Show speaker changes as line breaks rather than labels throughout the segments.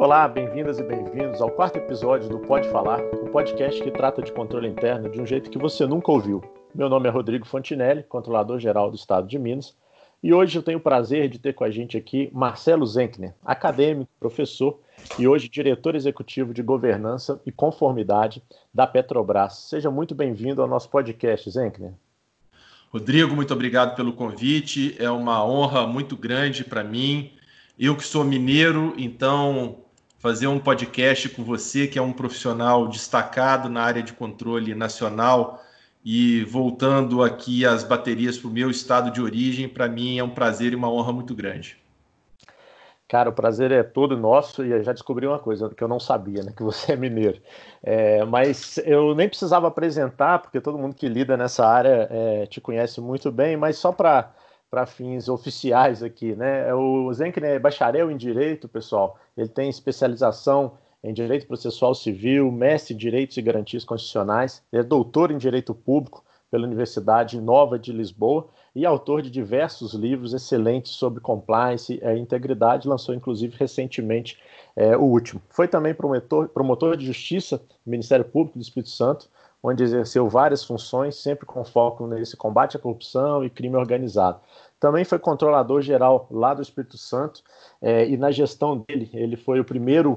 Olá, bem-vindas e bem-vindos ao quarto episódio do Pode Falar, um podcast que trata de controle interno de um jeito que você nunca ouviu. Meu nome é Rodrigo Fontinelli, controlador-geral do Estado de Minas, e hoje eu tenho o prazer de ter com a gente aqui Marcelo Zenkner, acadêmico, professor e hoje diretor executivo de governança e conformidade da Petrobras. Seja muito bem-vindo ao nosso podcast, Zenkner.
Rodrigo, muito obrigado pelo convite, é uma honra muito grande para mim. Eu que sou mineiro, então fazer um podcast com você, que é um profissional destacado na área de controle nacional e voltando aqui as baterias para o meu estado de origem, para mim é um prazer e uma honra muito grande.
Cara, o prazer é todo nosso e eu já descobri uma coisa que eu não sabia, né? Que você é mineiro. Mas eu nem precisava apresentar, porque todo mundo que lida nessa área te conhece muito bem, mas só para fins oficiais aqui, né? O Zenkner é bacharel em Direito, pessoal. Ele tem especialização em Direito Processual Civil, mestre em Direitos e Garantias Constitucionais, ele é doutor em Direito Público pela Universidade Nova de Lisboa e autor de diversos livros excelentes sobre compliance e integridade, lançou inclusive recentemente o último. Foi também promotor de justiça do Ministério Público do Espírito Santo, onde exerceu várias funções, sempre com foco nesse combate à corrupção e crime organizado. Também foi controlador-geral lá do Espírito Santo e na gestão dele, ele foi o primeiro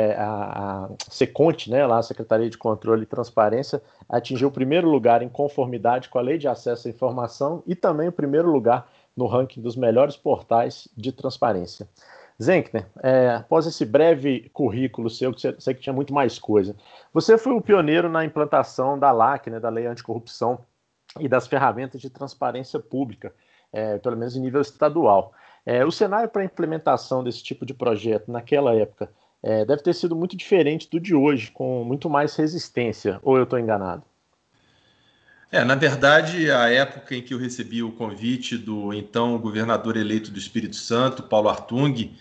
a SECONT, né, lá a Secretaria de Controle e Transparência, atingiu o primeiro lugar em conformidade com a Lei de Acesso à Informação e também o primeiro lugar no ranking dos melhores portais de transparência. Zenkner, após esse breve currículo seu, que sei que tinha muito mais coisa, você foi o pioneiro na implantação da LAC, né, da Lei Anticorrupção, e das ferramentas de transparência pública, pelo menos em nível estadual. O cenário para a implementação desse tipo de projeto naquela época deve ter sido muito diferente do de hoje, com muito mais resistência, ou eu estou enganado?
Na verdade, a época em que eu recebi o convite do então governador eleito do Espírito Santo, Paulo Artung,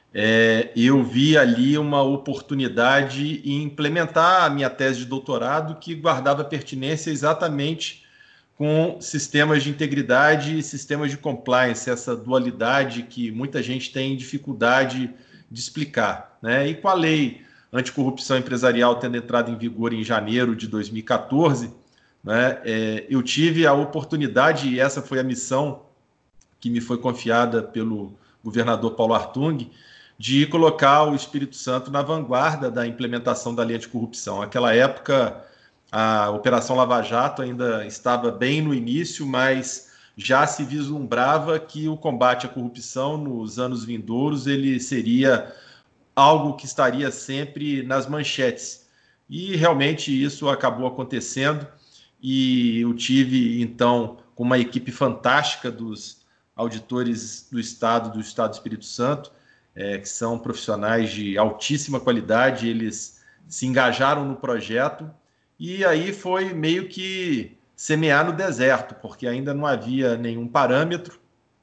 eu vi ali uma oportunidade em implementar a minha tese de doutorado que guardava pertinência exatamente com sistemas de integridade e sistemas de compliance, essa dualidade que muita gente tem dificuldade de explicar, né? E com a lei anticorrupção empresarial tendo entrado em vigor em janeiro de 2014, né, eu tive a oportunidade, e essa foi a missão que me foi confiada pelo governador Paulo Artung, de colocar o Espírito Santo na vanguarda da implementação da lei anticorrupção. Naquela época, a Operação Lava Jato ainda estava bem no início, mas já se vislumbrava que o combate à corrupção nos anos vindouros ele seria algo que estaria sempre nas manchetes. E realmente isso acabou acontecendo e eu tive, então, com uma equipe fantástica dos auditores do Estado Espírito Santo, que são profissionais de altíssima qualidade, eles se engajaram no projeto e aí foi meio que semear no deserto, porque ainda não havia nenhum parâmetro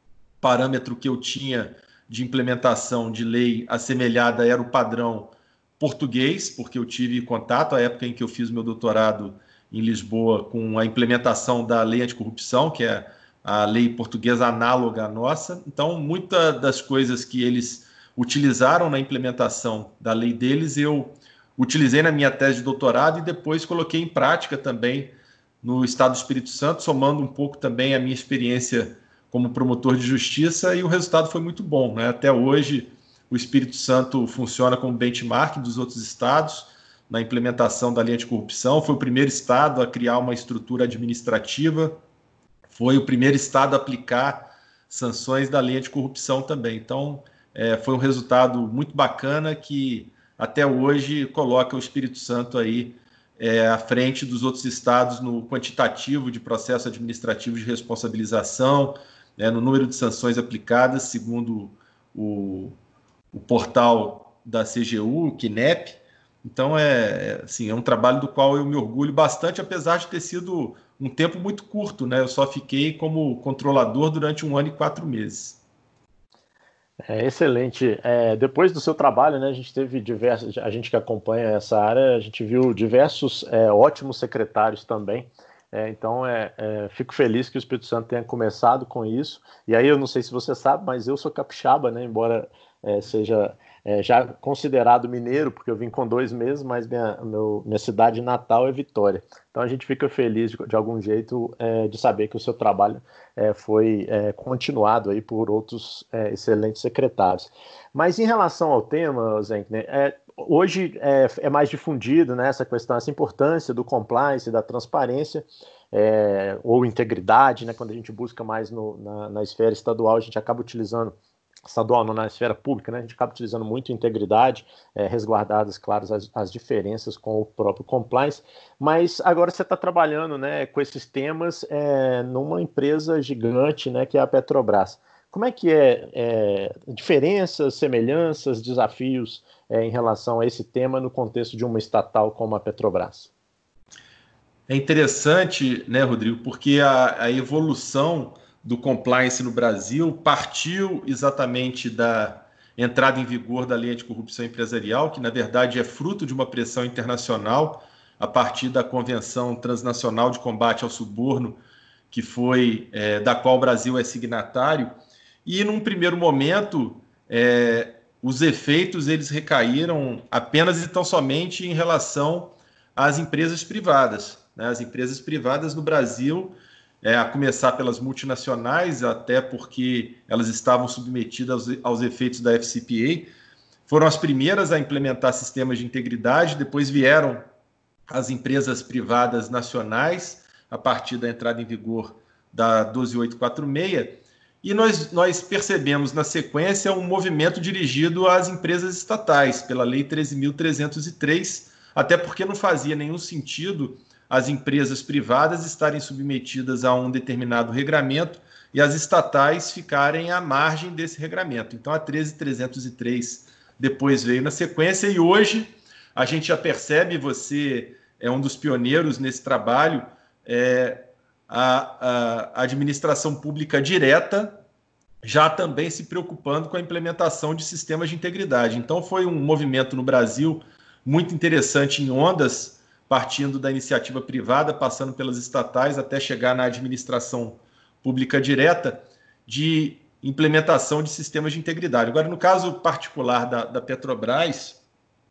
que eu tinha de implementação de lei assemelhada era o padrão português, porque eu tive contato à época em que eu fiz meu doutorado em Lisboa com a implementação da lei anticorrupção, que é a lei portuguesa análoga à nossa. Então, muitas das coisas que eles utilizaram na implementação da lei deles, eu utilizei na minha tese de doutorado e depois coloquei em prática também no Estado do Espírito Santo, somando um pouco também a minha experiência como promotor de justiça, e o resultado foi muito bom, né? Até hoje, o Espírito Santo funciona como benchmark dos outros estados na implementação da lei anticorrupção, foi o primeiro estado a criar uma estrutura administrativa, foi o primeiro estado a aplicar sanções da lei anticorrupção também. Então, foi um resultado muito bacana que até hoje coloca o Espírito Santo aí à frente dos outros estados no quantitativo de processo administrativo de responsabilização, no número de sanções aplicadas, segundo o portal da CGU, o QINEP. Então, assim, é um trabalho do qual eu me orgulho bastante, apesar de ter sido um tempo muito curto, né? Eu só fiquei como controlador durante 1 ano e 4 meses.
Excelente. Depois do seu trabalho, né, a gente teve diversos, a gente que acompanha essa área, a gente viu diversos ótimos secretários também. Então, fico feliz que o Espírito Santo tenha começado com isso. E aí, eu não sei se você sabe, mas eu sou capixaba, né, embora seja já considerado mineiro, porque eu vim com 2 meses, mas minha cidade natal é Vitória. Então a gente fica feliz de algum jeito de saber que o seu trabalho foi continuado aí por outros excelentes secretários. Mas em relação ao tema, Zenkner, hoje é mais difundido, né, essa questão, essa importância do compliance, da transparência, ou integridade, né, quando a gente busca mais na esfera estadual, a gente acaba utilizando, estadual não, na esfera pública, né, a gente acaba utilizando muito integridade, resguardadas, claro, as diferenças com o próprio compliance, mas agora você está trabalhando, né, com esses temas numa empresa gigante, né, que é a Petrobras. Como é que diferenças, semelhanças, desafios em relação a esse tema no contexto de uma estatal como a Petrobras?
É interessante, né, Rodrigo, porque a evolução do compliance no Brasil partiu exatamente da entrada em vigor da Lei Anticorrupção Empresarial, que na verdade é fruto de uma pressão internacional a partir da Convenção Transnacional de Combate ao Suborno, que foi da qual o Brasil é signatário. E num primeiro momento, os efeitos eles recaíram apenas e tão somente em relação às empresas privadas. Né? As empresas privadas no Brasil, a começar pelas multinacionais, até porque elas estavam submetidas aos efeitos da FCPA, foram as primeiras a implementar sistemas de integridade, depois vieram as empresas privadas nacionais, a partir da entrada em vigor da 12846, e nós percebemos na sequência um movimento dirigido às empresas estatais, pela Lei 13.303, até porque não fazia nenhum sentido as empresas privadas estarem submetidas a um determinado regramento e as estatais ficarem à margem desse regramento. Então a 13.303 depois veio na sequência e hoje a gente já percebe, você é um dos pioneiros nesse trabalho, a administração pública direta já também se preocupando com a implementação de sistemas de integridade. Então foi um movimento no Brasil muito interessante em ondas, partindo da iniciativa privada, passando pelas estatais, até chegar na administração pública direta, de implementação de sistemas de integridade. Agora, no caso particular da Petrobras,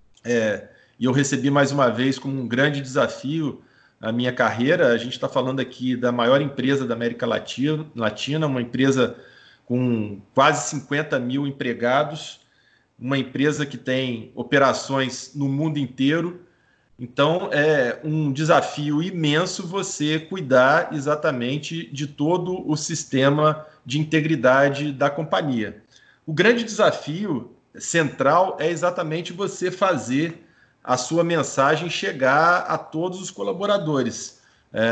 e eu recebi mais uma vez como um grande desafio a minha carreira, a gente está falando aqui da maior empresa da América Latina, uma empresa com quase 50 mil empregados, uma empresa que tem operações no mundo inteiro. Então, é um desafio imenso você cuidar exatamente de todo o sistema de integridade da companhia. O grande desafio central é exatamente você fazer a sua mensagem chegar a todos os colaboradores,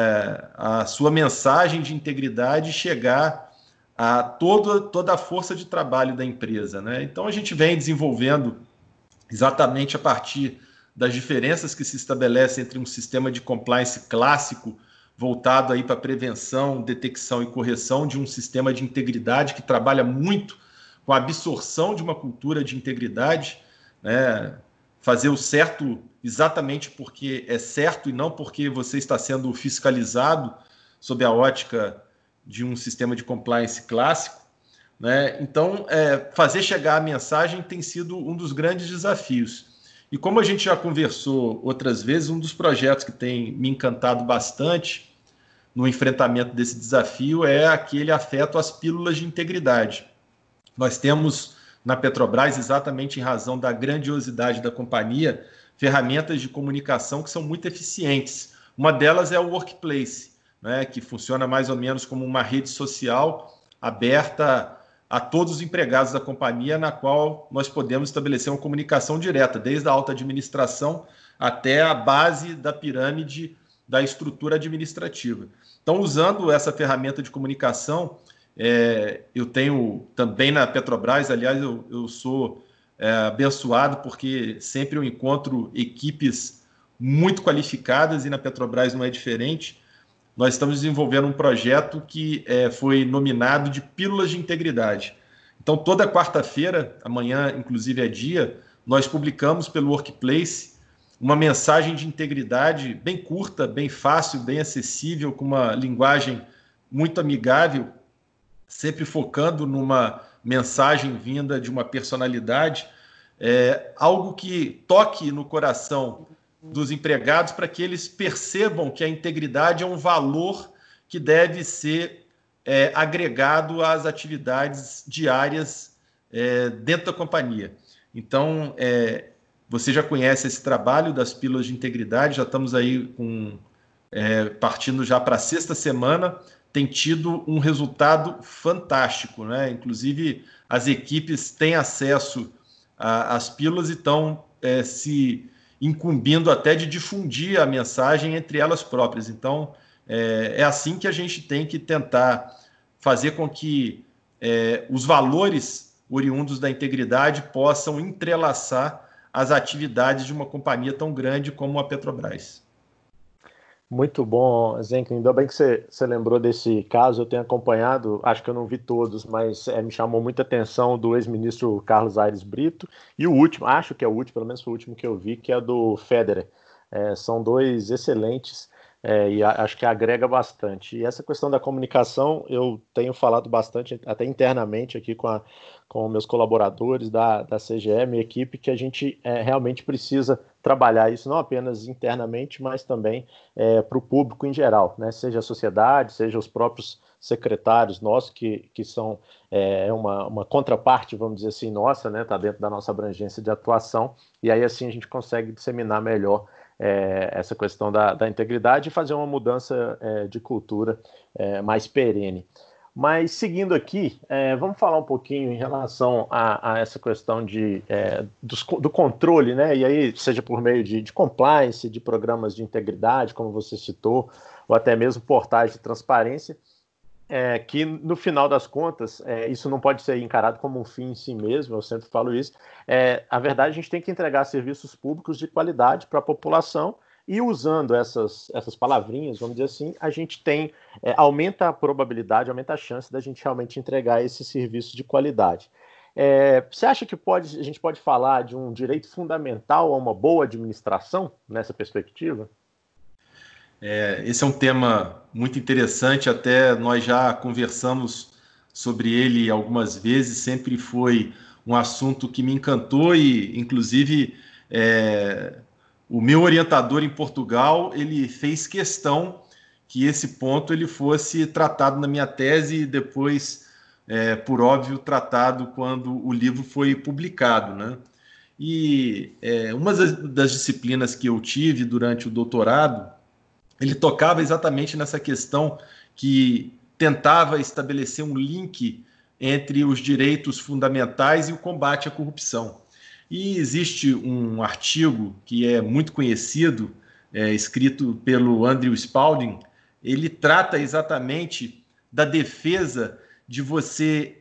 a sua mensagem de integridade chegar a toda a força de trabalho da empresa, né? Então, a gente vem desenvolvendo exatamente a partir das diferenças que se estabelecem entre um sistema de compliance clássico, voltado aí para prevenção, detecção e correção, de um sistema de integridade que trabalha muito com a absorção de uma cultura de integridade, né? Fazer o certo exatamente porque é certo e não porque você está sendo fiscalizado sob a ótica de um sistema de compliance clássico, né? Então, fazer chegar a mensagem tem sido um dos grandes desafios. E como a gente já conversou outras vezes, um dos projetos que tem me encantado bastante no enfrentamento desse desafio é aquele afeto às pílulas de integridade. Nós temos na Petrobras, exatamente em razão da grandiosidade da companhia, ferramentas de comunicação que são muito eficientes. Uma delas é o Workplace, né, que funciona mais ou menos como uma rede social aberta a todos os empregados da companhia, na qual nós podemos estabelecer uma comunicação direta, desde a alta administração até a base da pirâmide da estrutura administrativa. Então, usando essa ferramenta de comunicação, eu tenho também na Petrobras, aliás, eu sou abençoado porque sempre eu encontro equipes muito qualificadas e na Petrobras não é diferente. Nós estamos desenvolvendo um projeto que foi nominado de Pílulas de Integridade. Então, toda quarta-feira, amanhã inclusive é dia, nós publicamos pelo Workplace uma mensagem de integridade bem curta, bem fácil, bem acessível, com uma linguagem muito amigável, sempre focando numa mensagem vinda de uma personalidade, algo que toque no coração dos empregados para que eles percebam que a integridade é um valor que deve ser agregado às atividades diárias dentro da companhia. Então, você já conhece esse trabalho das pílulas de integridade, já estamos aí partindo já para a 6ª semana, tem tido um resultado fantástico, né? Inclusive, as equipes têm acesso às pílulas e estão se incumbindo até de difundir a mensagem entre elas próprias. Então, é assim que a gente tem que tentar fazer com que os valores oriundos da integridade possam entrelaçar as atividades de uma companhia tão grande como a Petrobras.
Muito bom, Zenk. Ainda bem que você lembrou desse caso. Eu tenho acompanhado, acho que eu não vi todos, mas me chamou muita atenção do ex-ministro Carlos Aires Brito e o último, acho que é o último, pelo menos foi o último que eu vi, que é do Federer. São dois excelentes e acho que agrega bastante. E essa questão da comunicação eu tenho falado bastante, até internamente aqui com meus colaboradores da CGE, equipe, que a gente realmente precisa trabalhar isso não apenas internamente, mas também para o público em geral, né? Seja a sociedade, seja os próprios secretários nossos, que são uma contraparte, vamos dizer assim, nossa, né? Está dentro da nossa abrangência de atuação, e aí assim a gente consegue disseminar melhor essa questão da integridade e fazer uma mudança de cultura mais perene. Mas seguindo aqui, vamos falar um pouquinho em relação a essa questão do controle, né? E aí, seja por meio de compliance, de programas de integridade, como você citou, ou até mesmo portais de transparência, que no final das contas, isso não pode ser encarado como um fim em si mesmo, eu sempre falo isso. A verdade, a gente tem que entregar serviços públicos de qualidade para a população. E usando essas palavrinhas, vamos dizer assim, a gente aumenta a probabilidade, aumenta a chance da gente realmente entregar esse serviço de qualidade. Você acha que a gente pode falar de um direito fundamental a uma boa administração nessa perspectiva?
Esse é um tema muito interessante, até nós já conversamos sobre ele algumas vezes, sempre foi um assunto que me encantou e, inclusive, o meu orientador em Portugal, ele fez questão que esse ponto ele fosse tratado na minha tese e depois, por óbvio, tratado quando o livro foi publicado, né? E uma das disciplinas que eu tive durante o doutorado, ele tocava exatamente nessa questão que tentava estabelecer um link entre os direitos fundamentais e o combate à corrupção. E existe um artigo que é muito conhecido, escrito pelo Andrew Spalding. Ele trata exatamente da defesa de você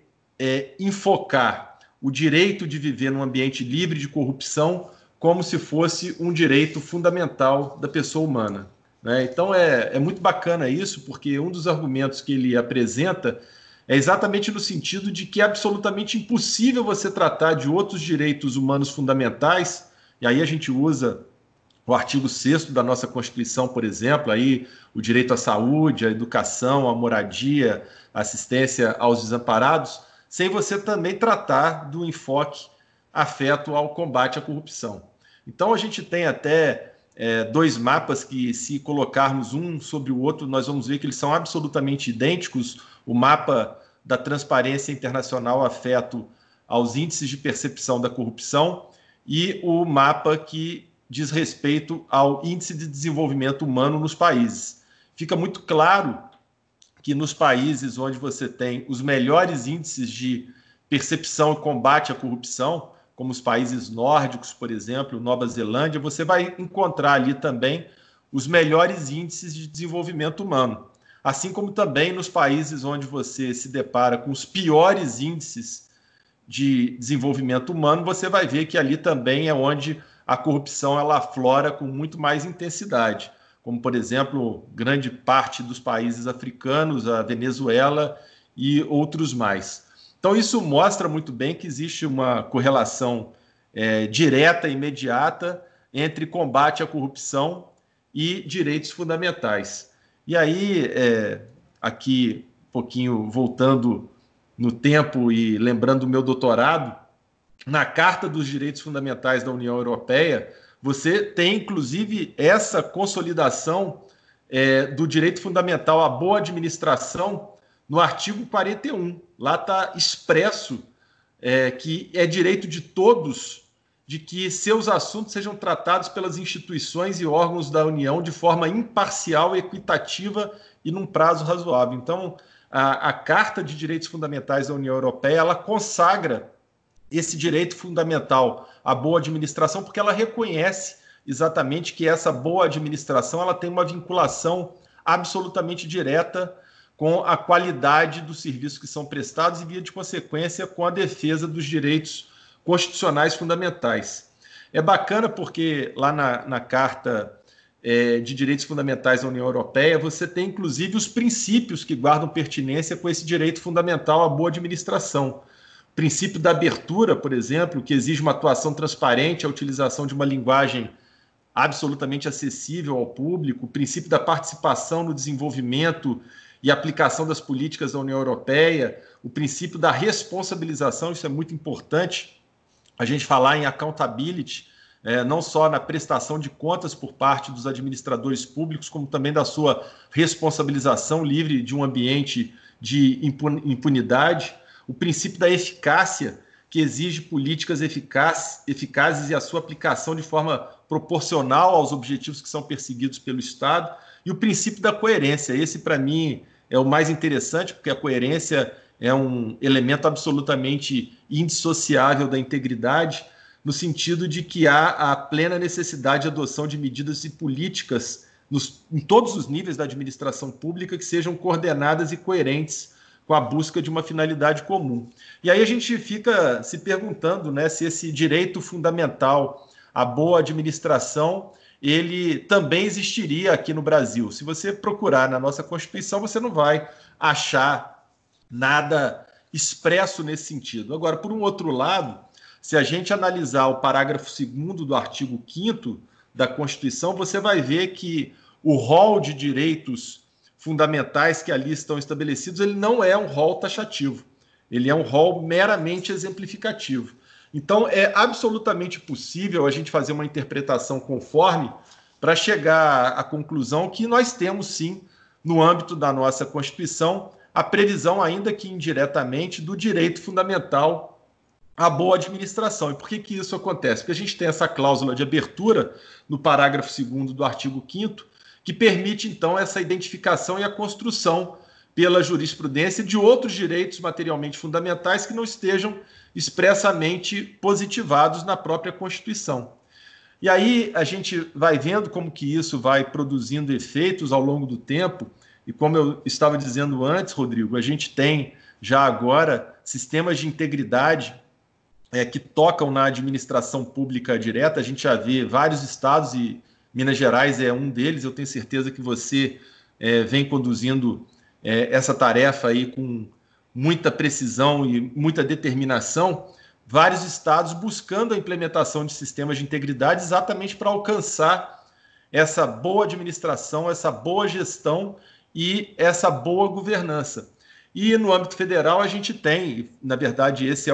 enfocar o direito de viver num ambiente livre de corrupção como se fosse um direito fundamental da pessoa humana, né? Então é muito bacana isso, porque um dos argumentos que ele apresenta é exatamente no sentido de que é absolutamente impossível você tratar de outros direitos humanos fundamentais, e aí a gente usa o artigo 6º da nossa Constituição, por exemplo, aí o direito à saúde, à educação, à moradia, à assistência aos desamparados, sem você também tratar do enfoque afeto ao combate à corrupção. Então a gente tem até dois mapas que, se colocarmos um sobre o outro, nós vamos ver que eles são absolutamente idênticos. O mapa da transparência internacional afeto aos índices de percepção da corrupção e o mapa que diz respeito ao índice de desenvolvimento humano nos países. Fica muito claro que nos países onde você tem os melhores índices de percepção e combate à corrupção, como os países nórdicos, por exemplo, Nova Zelândia, você vai encontrar ali também os melhores índices de desenvolvimento humano. Assim como também nos países onde você se depara com os piores índices de desenvolvimento humano, você vai ver que ali também é onde a corrupção ela aflora com muito mais intensidade, como, por exemplo, grande parte dos países africanos, a Venezuela e outros mais. Então, isso mostra muito bem que existe uma correlação direta e imediata entre combate à corrupção e direitos fundamentais. E aí, aqui, um pouquinho voltando no tempo e lembrando do meu doutorado, na Carta dos Direitos Fundamentais da União Europeia, você tem, inclusive, essa consolidação do direito fundamental à boa administração no artigo 41. Lá está expresso que é direito de todos de que seus assuntos sejam tratados pelas instituições e órgãos da União de forma imparcial, equitativa e num prazo razoável. Então, a Carta de Direitos Fundamentais da União Europeia, ela consagra esse direito fundamental à boa administração, porque ela reconhece exatamente que essa boa administração ela tem uma vinculação absolutamente direta com a qualidade dos serviços que são prestados e, via de consequência, com a defesa dos direitos constitucionais fundamentais. É bacana porque lá na Carta de Direitos Fundamentais da União Europeia você tem, inclusive, os princípios que guardam pertinência com esse direito fundamental à boa administração. O princípio da abertura, por exemplo, que exige uma atuação transparente, a utilização de uma linguagem absolutamente acessível ao público, o princípio da participação no desenvolvimento e aplicação das políticas da União Europeia, o princípio da responsabilização, isso é muito importante, a gente falar em accountability, não só na prestação de contas por parte dos administradores públicos, como também da sua responsabilização livre de um ambiente de impunidade, o princípio da eficácia, que exige políticas eficazes e a sua aplicação de forma proporcional aos objetivos que são perseguidos pelo Estado, e o princípio da coerência. Esse, para mim, é o mais interessante, porque a coerência é um elemento absolutamente indissociável da integridade, no sentido de que há a plena necessidade de adoção de medidas e políticas em todos os níveis da administração pública que sejam coordenadas e coerentes com a busca de uma finalidade comum. E aí a gente fica se perguntando, né, se esse direito fundamental à boa administração ele também existiria aqui no Brasil. Se você procurar na nossa Constituição, você não vai achar nada expresso nesse sentido. Agora, por um outro lado, se a gente analisar o parágrafo 2º do artigo 5º da Constituição, você vai ver que o rol de direitos fundamentais que ali estão estabelecidos, ele não é um rol taxativo, ele é um rol meramente exemplificativo. Então, é absolutamente possível a gente fazer uma interpretação conforme para chegar à conclusão que nós temos, sim, no âmbito da nossa Constituição, a previsão, ainda que indiretamente, do direito fundamental à boa administração. E por que isso acontece? Porque a gente tem essa cláusula de abertura no parágrafo 2º do artigo 5º, que permite, então, essa identificação e a construção pela jurisprudência de outros direitos materialmente fundamentais que não estejam expressamente positivados na própria Constituição. E aí a gente vai vendo como que isso vai produzindo efeitos ao longo do tempo, e como eu estava dizendo antes, Rodrigo, a gente tem já agora sistemas de integridade que tocam na administração pública direta. A gente já vê vários estados, e Minas Gerais é um deles. Eu tenho certeza que você vem conduzindo essa tarefa aí com muita precisão e muita determinação, vários estados buscando a implementação de sistemas de integridade exatamente para alcançar essa boa administração, essa boa gestão e essa boa governança. E no âmbito federal a gente tem, na verdade esse é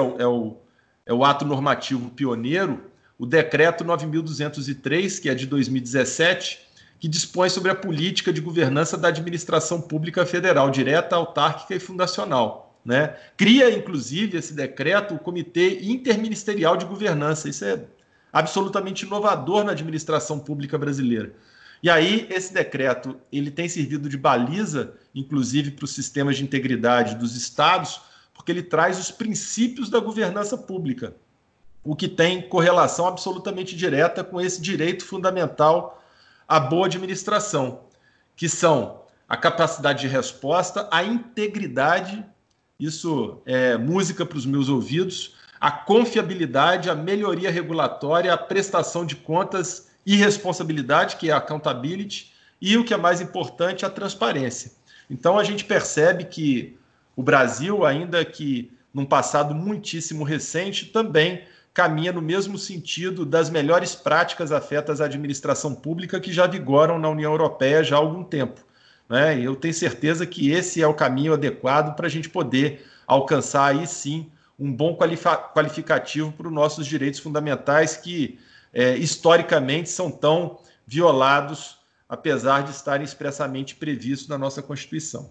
o ato normativo pioneiro, o Decreto 9.203, que é de 2017, que dispõe sobre a política de governança da administração pública federal, direta, autárquica e fundacional. Né? Cria, inclusive, esse decreto, o Comitê Interministerial de Governança. Isso é absolutamente inovador na administração pública brasileira. E aí, esse decreto ele tem servido de baliza, inclusive, para os sistemas de integridade dos estados, porque ele traz os princípios da governança pública, o que tem correlação absolutamente direta com esse direito fundamental à boa administração, que são a capacidade de resposta, a integridade, isso é música para os meus ouvidos, a confiabilidade, a melhoria regulatória, a prestação de contas e responsabilidade, que é a accountability, e o que é mais importante, a transparência. Então a gente percebe que o Brasil, ainda que num passado muitíssimo recente, também caminha no mesmo sentido das melhores práticas afetas à administração pública que já vigoram na União Europeia já há algum tempo. Né? Eu tenho certeza que esse é o caminho adequado para a gente poder alcançar aí sim um bom qualificativo para os nossos direitos fundamentais que, historicamente, são tão violados, apesar de estarem expressamente previstos na nossa Constituição.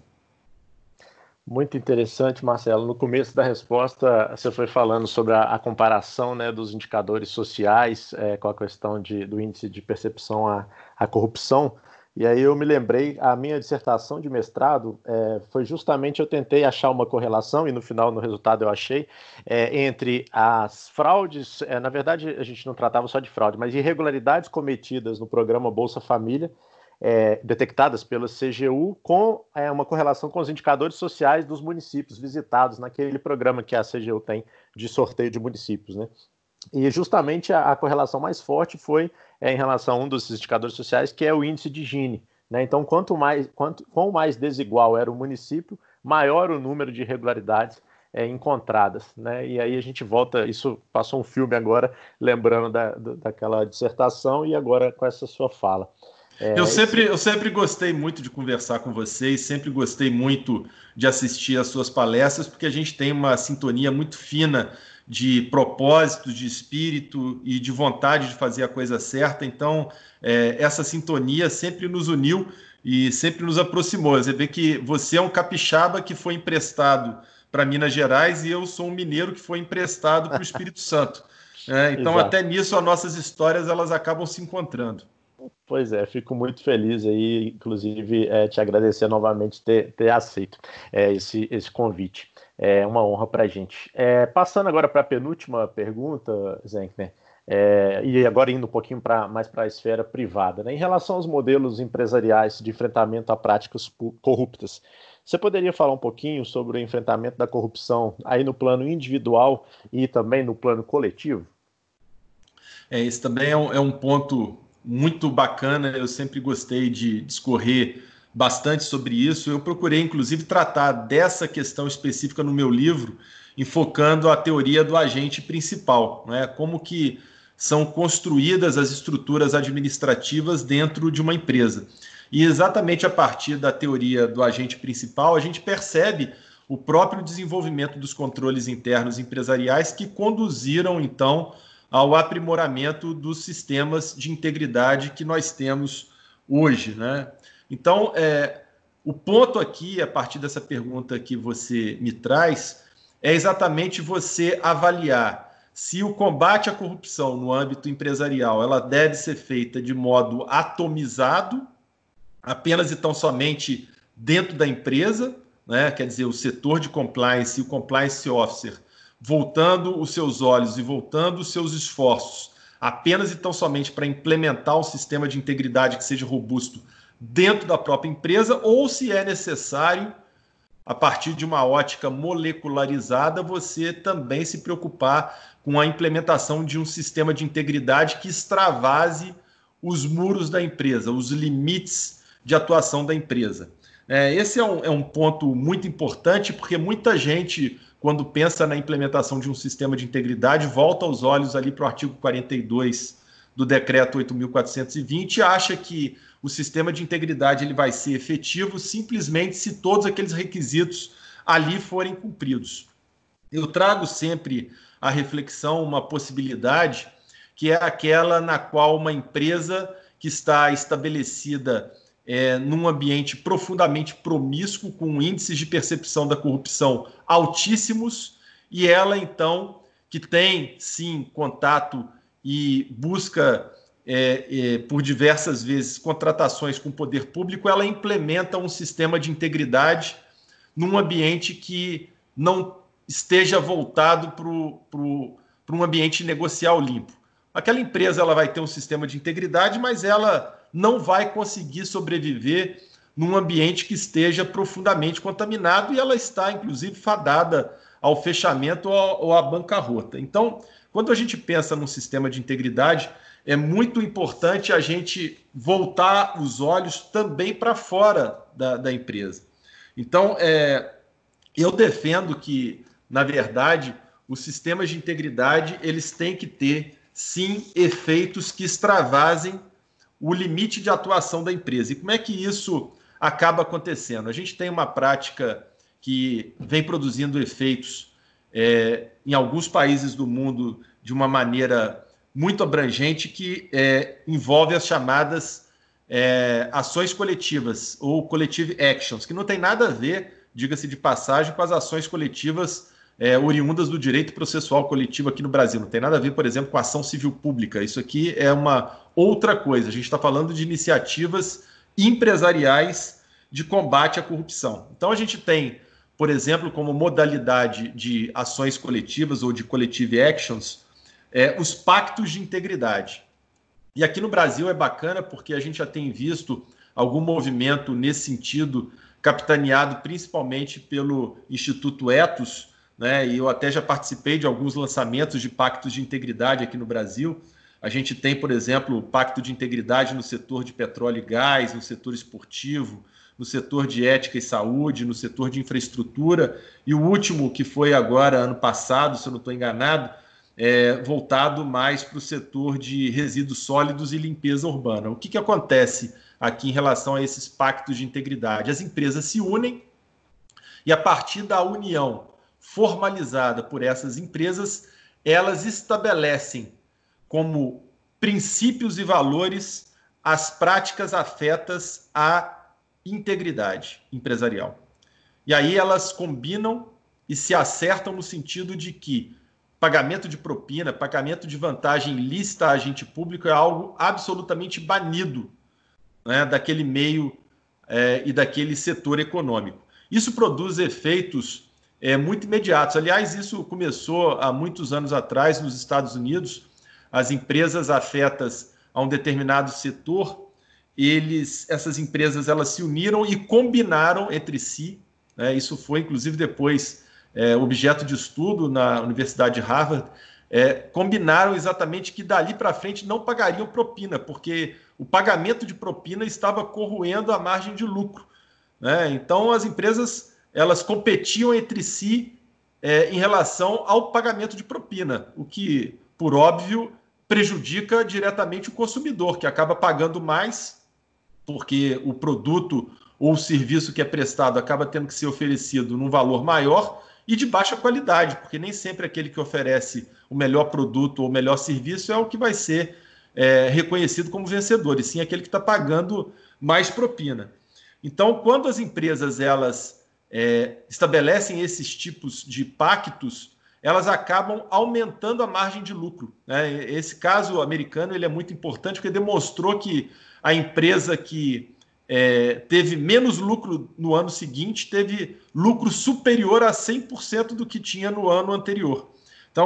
Muito interessante, Marcelo. No começo da resposta, você foi falando sobre a comparação, né, dos indicadores sociais com a questão do índice de percepção à corrupção. E aí eu me lembrei, a minha dissertação de mestrado foi justamente, eu tentei achar uma correlação, e no final, no resultado, eu achei, entre as fraudes, na verdade a gente não tratava só de fraude, mas irregularidades cometidas no programa Bolsa Família, detectadas pela CGU, com uma correlação com os indicadores sociais dos municípios visitados naquele programa que a CGU tem de sorteio de municípios, né? E justamente a correlação mais forte foi em relação a um dos indicadores sociais, que é o índice de Gini, né? Então, quanto mais desigual era o município, maior o número de irregularidades encontradas, né? E aí a gente volta, isso passou um filme agora, lembrando daquela dissertação e agora com essa sua fala.
Eu sempre gostei muito de conversar com vocês, sempre gostei muito de assistir às suas palestras, porque a gente tem uma sintonia muito fina de propósito, de espírito e de vontade de fazer a coisa certa. Então, essa sintonia sempre nos uniu e sempre nos aproximou. Você vê que você é um capixaba que foi emprestado para Minas Gerais e eu sou um mineiro que foi emprestado para o Espírito Santo. Então, até nisso, as nossas histórias elas acabam se encontrando.
Pois é, fico muito feliz aí, inclusive te agradecer novamente ter aceito esse convite. É uma honra para a gente. Passando agora para a penúltima pergunta, Zenkner, e agora indo um pouquinho mais para a esfera privada, né? Em relação aos modelos empresariais de enfrentamento a práticas corruptas, você poderia falar um pouquinho sobre o enfrentamento da corrupção aí no plano individual e também no plano coletivo?
Esse também é um ponto muito bacana, eu sempre gostei de discorrer bastante sobre isso. Eu procurei, inclusive, tratar dessa questão específica no meu livro, enfocando a teoria do agente principal, né? Como que são construídas as estruturas administrativas dentro de uma empresa. E exatamente a partir da teoria do agente principal, a gente percebe o próprio desenvolvimento dos controles internos empresariais que conduziram, então, ao aprimoramento dos sistemas de integridade que nós temos hoje, né? Então, o ponto aqui, a partir dessa pergunta que você me traz, é exatamente você avaliar se o combate à corrupção no âmbito empresarial ela deve ser feita de modo atomizado, apenas e tão somente dentro da empresa, né? Quer dizer, o setor de compliance e o compliance officer voltando os seus olhos e voltando os seus esforços apenas e tão somente para implementar um sistema de integridade que seja robusto dentro da própria empresa, ou se é necessário, a partir de uma ótica molecularizada, você também se preocupar com a implementação de um sistema de integridade que extravase os muros da empresa, os limites de atuação da empresa. Esse é um ponto muito importante, porque muita gente, quando pensa na implementação de um sistema de integridade, volta os olhos ali para o artigo 42 do decreto 8.420 e acha que o sistema de integridade ele vai ser efetivo simplesmente se todos aqueles requisitos ali forem cumpridos. Eu trago sempre à reflexão uma possibilidade que é aquela na qual uma empresa que está estabelecida num ambiente profundamente promíscuo, com índices de percepção da corrupção altíssimos, e ela, então, que tem, sim, contato e busca, por diversas vezes, contratações com o poder público, ela implementa um sistema de integridade num ambiente que não esteja voltado para um ambiente negocial limpo. Aquela empresa ela vai ter um sistema de integridade, mas ela não vai conseguir sobreviver num ambiente que esteja profundamente contaminado e ela está, inclusive, fadada ao fechamento ou à bancarrota. Então, quando a gente pensa num sistema de integridade, é muito importante a gente voltar os olhos também para fora da empresa. Então, eu defendo que, na verdade, os sistemas de integridade eles têm que ter, sim, efeitos que extravasem o limite de atuação da empresa. E como é que isso acaba acontecendo? A gente tem uma prática que vem produzindo efeitos em alguns países do mundo de uma maneira muito abrangente, que envolve as chamadas ações coletivas, ou collective actions, que não tem nada a ver, diga-se de passagem, com as ações coletivas oriundas do direito processual coletivo aqui no Brasil. Não tem nada a ver, por exemplo, com a ação civil pública. Isso aqui é uma outra coisa. A gente está falando de iniciativas empresariais de combate à corrupção. Então, a gente tem, por exemplo, como modalidade de ações coletivas ou de collective actions, os pactos de integridade. E aqui no Brasil é bacana porque a gente já tem visto algum movimento nesse sentido, capitaneado principalmente pelo Instituto Ethos, né? E eu até já participei de alguns lançamentos de pactos de integridade aqui no Brasil. A gente tem, por exemplo, o pacto de integridade no setor de petróleo e gás, no setor esportivo, no setor de ética e saúde, no setor de infraestrutura, e o último, que foi agora, ano passado, se eu não estou enganado, voltado mais para o setor de resíduos sólidos e limpeza urbana. O que acontece aqui em relação a esses pactos de integridade? As empresas se unem e, a partir da união formalizada por essas empresas, elas estabelecem como princípios e valores as práticas afetas à integridade empresarial. E aí elas combinam e se acertam no sentido de que pagamento de propina, pagamento de vantagem ilícita a agente público é algo absolutamente banido, né, daquele meio e daquele setor econômico. Isso produz efeitos muito imediatos. Aliás, isso começou há muitos anos atrás nos Estados Unidos. As empresas afetas a um determinado setor, essas empresas elas se uniram e combinaram entre si, né? Isso foi, inclusive, depois objeto de estudo na Universidade de Harvard. Combinaram exatamente que dali para frente não pagariam propina, porque o pagamento de propina estava corroendo a margem de lucro, né? Então, as empresas elas competiam entre si em relação ao pagamento de propina, o que, por óbvio, prejudica diretamente o consumidor, que acaba pagando mais, porque o produto ou o serviço que é prestado acaba tendo que ser oferecido num valor maior e de baixa qualidade, porque nem sempre aquele que oferece o melhor produto ou o melhor serviço é o que vai ser reconhecido como vencedor, e sim aquele que está pagando mais propina. Então, quando as empresas elas estabelecem esses tipos de pactos, elas acabam aumentando a margem de lucro, né? Esse caso americano ele é muito importante porque demonstrou que a empresa que teve menos lucro no ano seguinte teve lucro superior a 100% do que tinha no ano anterior. Então,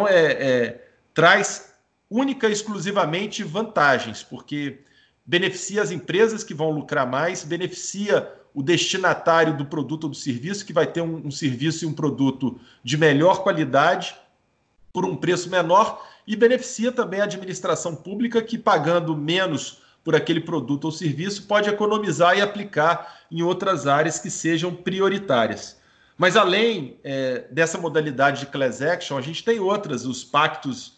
traz única e exclusivamente vantagens, porque beneficia as empresas que vão lucrar mais, beneficia o destinatário do produto ou do serviço, que vai ter um serviço e um produto de melhor qualidade por um preço menor, e beneficia também a administração pública, que pagando menos por aquele produto ou serviço pode economizar e aplicar em outras áreas que sejam prioritárias. Mas além dessa modalidade de class action, a gente tem outras, os pactos,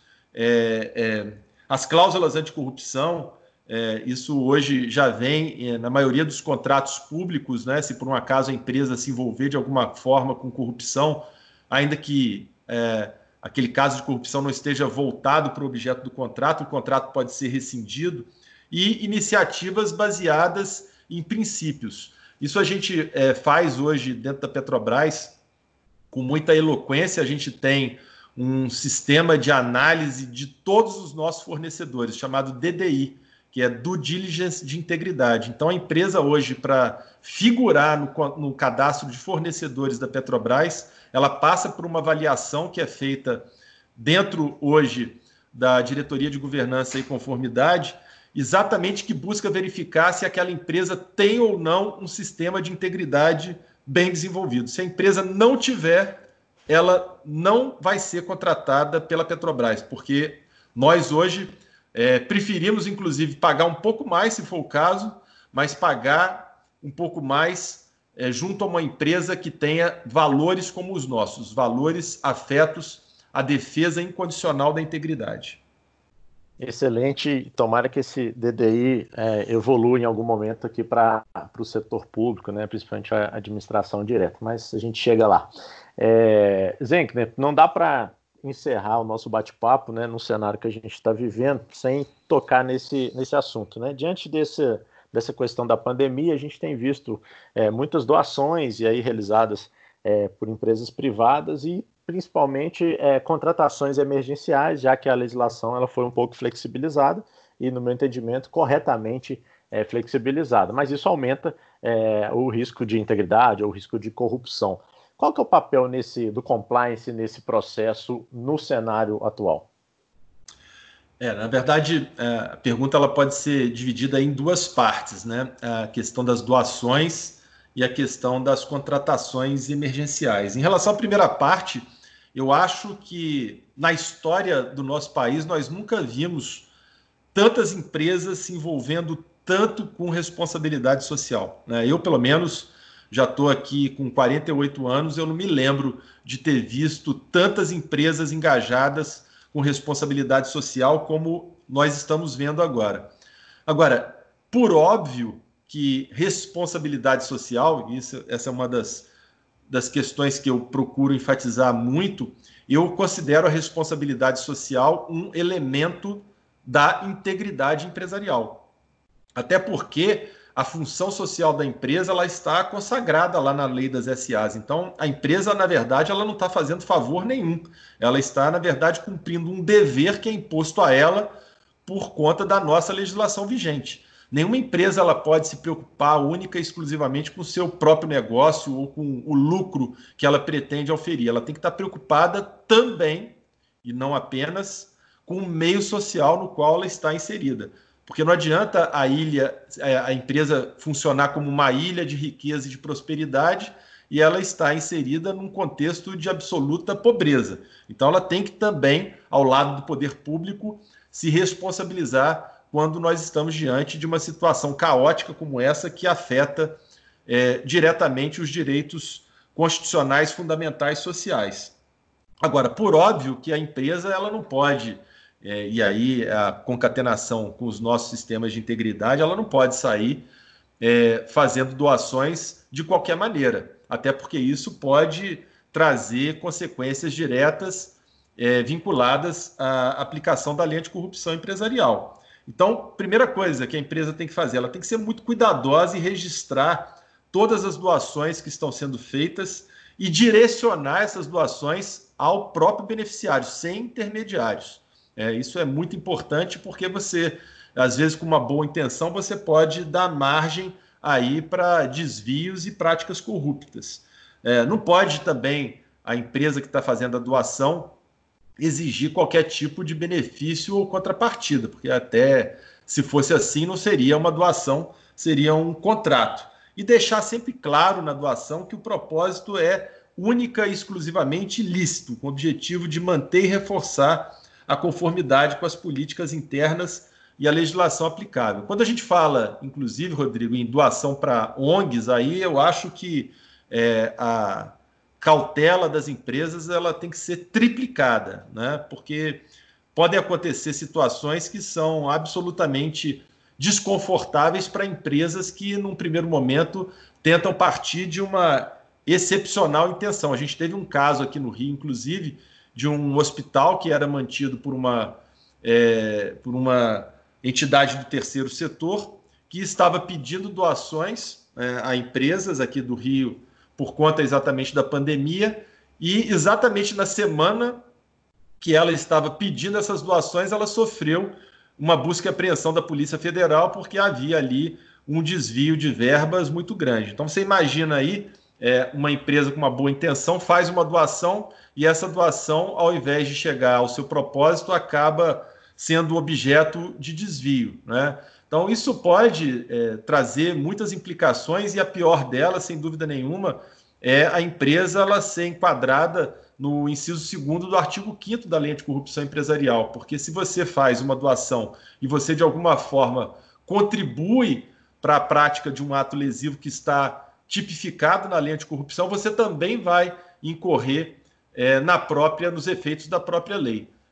as cláusulas anticorrupção. Isso hoje já vem na maioria dos contratos públicos, né? Se por um acaso a empresa se envolver de alguma forma com corrupção, ainda que aquele caso de corrupção não esteja voltado para o objeto do contrato, o contrato pode ser rescindido, e iniciativas baseadas em princípios. Isso a gente faz hoje dentro da Petrobras com muita eloquência. A gente tem um sistema de análise de todos os nossos fornecedores, chamado DDI, que é Due Diligence de Integridade. Então, a empresa hoje, para figurar no cadastro de fornecedores da Petrobras, ela passa por uma avaliação que é feita dentro, hoje, da Diretoria de Governança e Conformidade, exatamente que busca verificar se aquela empresa tem ou não um sistema de integridade bem desenvolvido. Se a empresa não tiver, ela não vai ser contratada pela Petrobras, porque nós hoje preferimos, inclusive, pagar um pouco mais, se for o caso, mas pagar um pouco mais junto a uma empresa que tenha valores como os nossos, valores afetos à defesa incondicional da integridade.
Excelente. Tomara que esse DDI evolua em algum momento aqui para o setor público, né? Principalmente a administração direta, mas a gente chega lá. Zenkner, não dá para encerrar o nosso bate-papo, né, no cenário que a gente está vivendo sem tocar nesse assunto, né? Diante dessa questão da pandemia, a gente tem visto muitas doações e aí realizadas por empresas privadas e principalmente contratações emergenciais, já que a legislação ela foi um pouco flexibilizada e, no meu entendimento, corretamente flexibilizada. Mas isso aumenta o risco de integridade ou o risco de corrupção. Qual que é o papel do compliance nesse processo no cenário atual?
Na verdade, a pergunta ela pode ser dividida em duas partes, né? A questão das doações e a questão das contratações emergenciais. Em relação à primeira parte, eu acho que na história do nosso país nós nunca vimos tantas empresas se envolvendo tanto com responsabilidade social, né? Eu, pelo menos, já estou aqui com 48 anos, eu não me lembro de ter visto tantas empresas engajadas com responsabilidade social como nós estamos vendo agora. Agora, por óbvio que responsabilidade social, essa é uma das questões que eu procuro enfatizar muito, eu considero a responsabilidade social um elemento da integridade empresarial. Até porque a função social da empresa ela está consagrada lá na lei das SAs. Então, a empresa, na verdade, ela não está fazendo favor nenhum. Ela está, na verdade, cumprindo um dever que é imposto a ela por conta da nossa legislação vigente. Nenhuma empresa ela pode se preocupar única e exclusivamente com o seu próprio negócio ou com o lucro que ela pretende oferir. Ela tem que estar preocupada também, e não apenas, com o meio social no qual ela está inserida. Porque não adianta a empresa funcionar como uma ilha de riqueza e de prosperidade e ela está inserida num contexto de absoluta pobreza. Então ela tem que também, ao lado do poder público, se responsabilizar quando nós estamos diante de uma situação caótica como essa que afeta diretamente os direitos constitucionais fundamentais sociais. Agora, por óbvio que a empresa ela não pode... e aí a concatenação com os nossos sistemas de integridade, ela não pode sair fazendo doações de qualquer maneira, até porque isso pode trazer consequências diretas vinculadas à aplicação da lei anticorrupção empresarial. Então, primeira coisa que a empresa tem que fazer, ela tem que ser muito cuidadosa e registrar todas as doações que estão sendo feitas e direcionar essas doações ao próprio beneficiário, sem intermediários. Isso é muito importante porque você, às vezes, com uma boa intenção, você pode dar margem aí para desvios e práticas corruptas. Não pode também a empresa que está fazendo a doação exigir qualquer tipo de benefício ou contrapartida, porque até se fosse assim não seria uma doação, seria um contrato. E deixar sempre claro na doação que o propósito é única e exclusivamente lícito, com o objetivo de manter e reforçar a conformidade com as políticas internas e a legislação aplicável. Quando a gente fala, inclusive, Rodrigo, em doação para ONGs, aí eu acho que a cautela das empresas ela tem que ser triplicada, né? Porque podem acontecer situações que são absolutamente desconfortáveis para empresas que, num primeiro momento, tentam partir de uma excepcional intenção. A gente teve um caso aqui no Rio, inclusive, de um hospital que era mantido por uma entidade do terceiro setor que estava pedindo doações a empresas aqui do Rio por conta exatamente da pandemia e exatamente na semana que ela estava pedindo essas doações, ela sofreu uma busca e apreensão da Polícia Federal porque havia ali um desvio de verbas muito grande. Então você imagina aí uma empresa com uma boa intenção faz uma doação e essa doação, ao invés de chegar ao seu propósito, acaba sendo objeto de desvio, né? Então, isso pode trazer muitas implicações e a pior delas, sem dúvida nenhuma, é a empresa ela ser enquadrada no inciso 2º do artigo 5º da Lei Anticorrupção Empresarial, porque se você faz uma doação e você, de alguma forma, contribui para a prática de um ato lesivo que está tipificado na Lei Anticorrupção, você também vai incorrer nos efeitos da própria lei.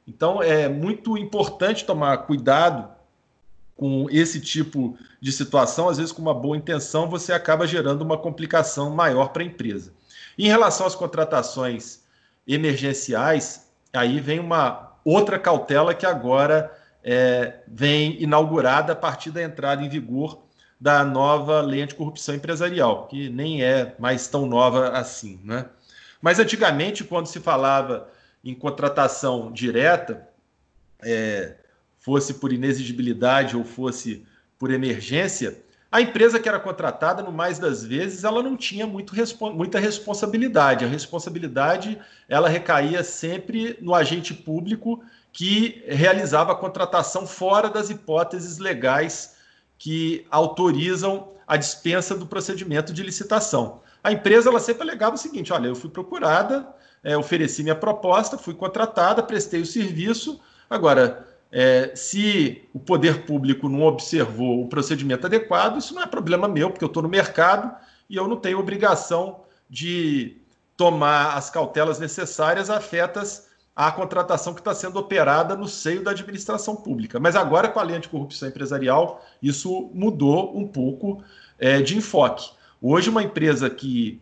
Então, é muito importante tomar cuidado com esse tipo de situação. Às vezes, com uma boa intenção, você acaba gerando uma complicação maior para a empresa. Em relação às contratações emergenciais, aí vem uma outra cautela que agora vem inaugurada a partir da entrada em vigor da nova lei anticorrupção empresarial, que nem é mais tão nova assim, né? Mas antigamente, quando se falava em contratação direta, fosse por inexigibilidade ou fosse por emergência, a empresa que era contratada, no mais das vezes, ela não tinha muita responsabilidade. A responsabilidade ela recaía sempre no agente público que realizava a contratação fora das hipóteses legais que autorizam a dispensa do procedimento de licitação. A empresa ela sempre alegava o seguinte: olha, eu fui procurada, ofereci minha proposta, fui contratada, prestei o serviço. Agora, se o poder público não observou o procedimento adequado, isso não é problema meu, porque eu estou no mercado e eu não tenho obrigação de tomar as cautelas necessárias afetas à contratação que está sendo operada no seio da administração pública. Mas agora, com a lei anticorrupção empresarial, isso mudou um pouco de enfoque. Hoje, uma empresa que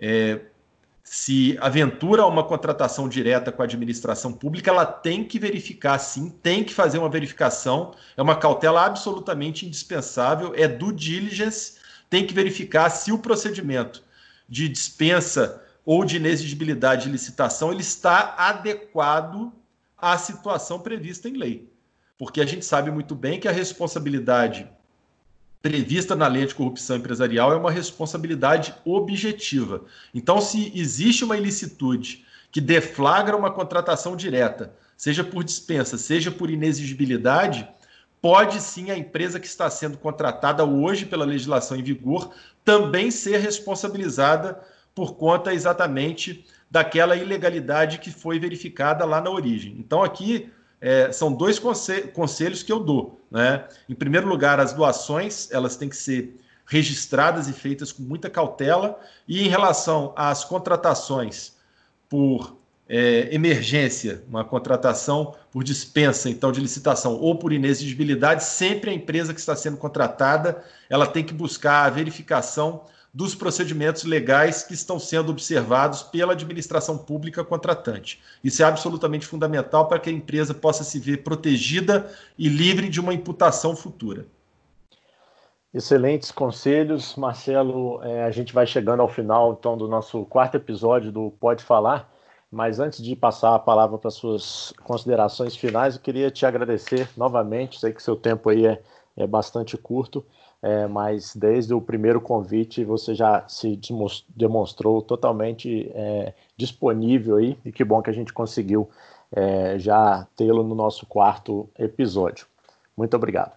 se aventura a uma contratação direta com a administração pública, ela tem que verificar, sim, tem que fazer uma verificação, é uma cautela absolutamente indispensável, é due diligence, tem que verificar se o procedimento de dispensa ou de inexigibilidade de licitação ele está adequado à situação prevista em lei. Porque a gente sabe muito bem que a responsabilidade prevista na lei de corrupção empresarial é uma responsabilidade objetiva. Então, se existe uma ilicitude que deflagra uma contratação direta, seja por dispensa, seja por inexigibilidade, pode sim a empresa que está sendo contratada hoje pela legislação em vigor também ser responsabilizada por conta exatamente daquela ilegalidade que foi verificada lá na origem. Então, aqui são dois conselhos que eu dou, né? Em primeiro lugar, as doações elas têm que ser registradas e feitas com muita cautela, e em relação às contratações por emergência, uma contratação por dispensa, então, de licitação, ou por inexigibilidade, sempre a empresa que está sendo contratada ela tem que buscar a verificação dos procedimentos legais que estão sendo observados pela administração pública contratante. Isso é absolutamente fundamental para que a empresa possa se ver protegida e livre de uma imputação futura.
Excelentes conselhos, Marcelo. A gente vai chegando ao final, então, do nosso quarto episódio do Pode Falar, mas antes de passar a palavra para suas considerações finais, eu queria te agradecer novamente. Sei que seu tempo aí é bastante curto, mas desde o primeiro convite você já se demonstrou totalmente disponível aí, e que bom que a gente conseguiu já tê-lo no nosso quarto episódio. Muito obrigado.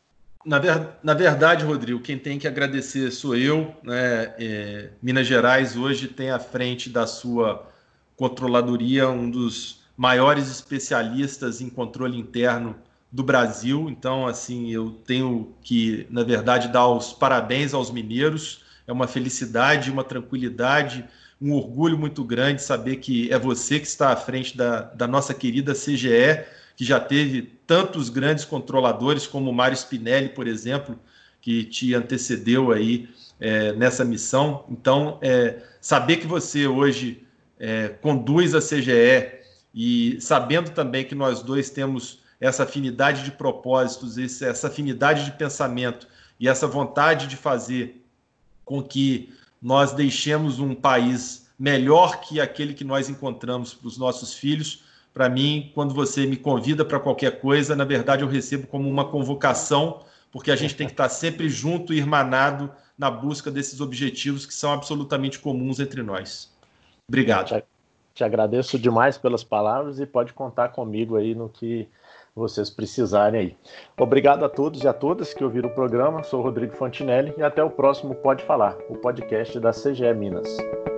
Na verdade, Rodrigo, quem tem que agradecer sou eu, né? Minas Gerais hoje tem à frente da sua controladoria um dos maiores especialistas em controle interno do Brasil. Então, assim, eu tenho que, na verdade, dar os parabéns aos mineiros. É uma felicidade, uma tranquilidade, um orgulho muito grande saber que é você que está à frente da nossa querida CGE, que já teve tantos grandes controladores como o Mário Spinelli, por exemplo, que te antecedeu aí nessa missão. Então, saber que você hoje conduz a CGE e sabendo também que nós dois temos essa afinidade de propósitos, essa afinidade de pensamento e essa vontade de fazer com que nós deixemos um país melhor que aquele que nós encontramos para os nossos filhos. Para mim, quando você me convida para qualquer coisa, na verdade eu recebo como uma convocação, porque a gente tem que estar sempre junto e irmanado na busca desses objetivos que são absolutamente comuns entre nós. Obrigado.
Te agradeço demais pelas palavras e pode contar comigo aí no que vocês precisarem aí. Obrigado a todos e a todas que ouviram o programa. Sou Rodrigo Fontinelli e até o próximo Pode Falar, o podcast da CGE Minas.